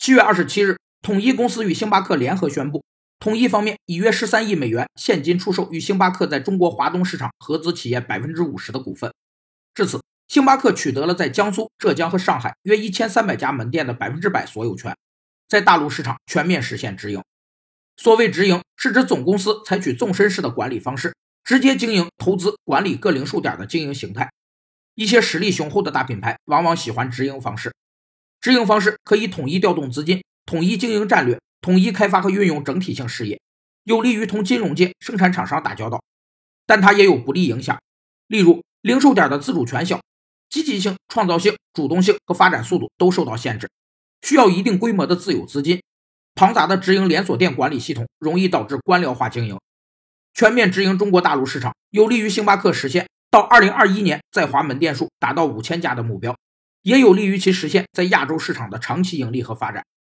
7月27日，统一公司与星巴克联合宣布，统一方面以约13亿美元现金出售与星巴克在中国华东市场合资企业 50% 的股份。至此，星巴克取得了在江苏、浙江和上海约1300家门店的100%所有权，在大陆市场全面实现直营。所谓直营，是指总公司采取纵深式的管理方式，直接经营、投资、管理各零售点的经营形态。一些实力雄厚的大品牌往往喜欢直营方式。直营方式可以统一调动资金，统一经营战略，统一开发和运用整体性事业，有利于同金融界、生产厂商打交道。但它也有不利影响，例如零售点的自主权小，积极性、创造性、主动性和发展速度都受到限制，需要一定规模的自有资金。庞杂的直营连锁店管理系统容易导致官僚化经营。全面直营中国大陆市场，有利于星巴克实现到2021年在华门店数达到5000家的目标，也有利于其实现在亚洲市场的长期盈利和发展。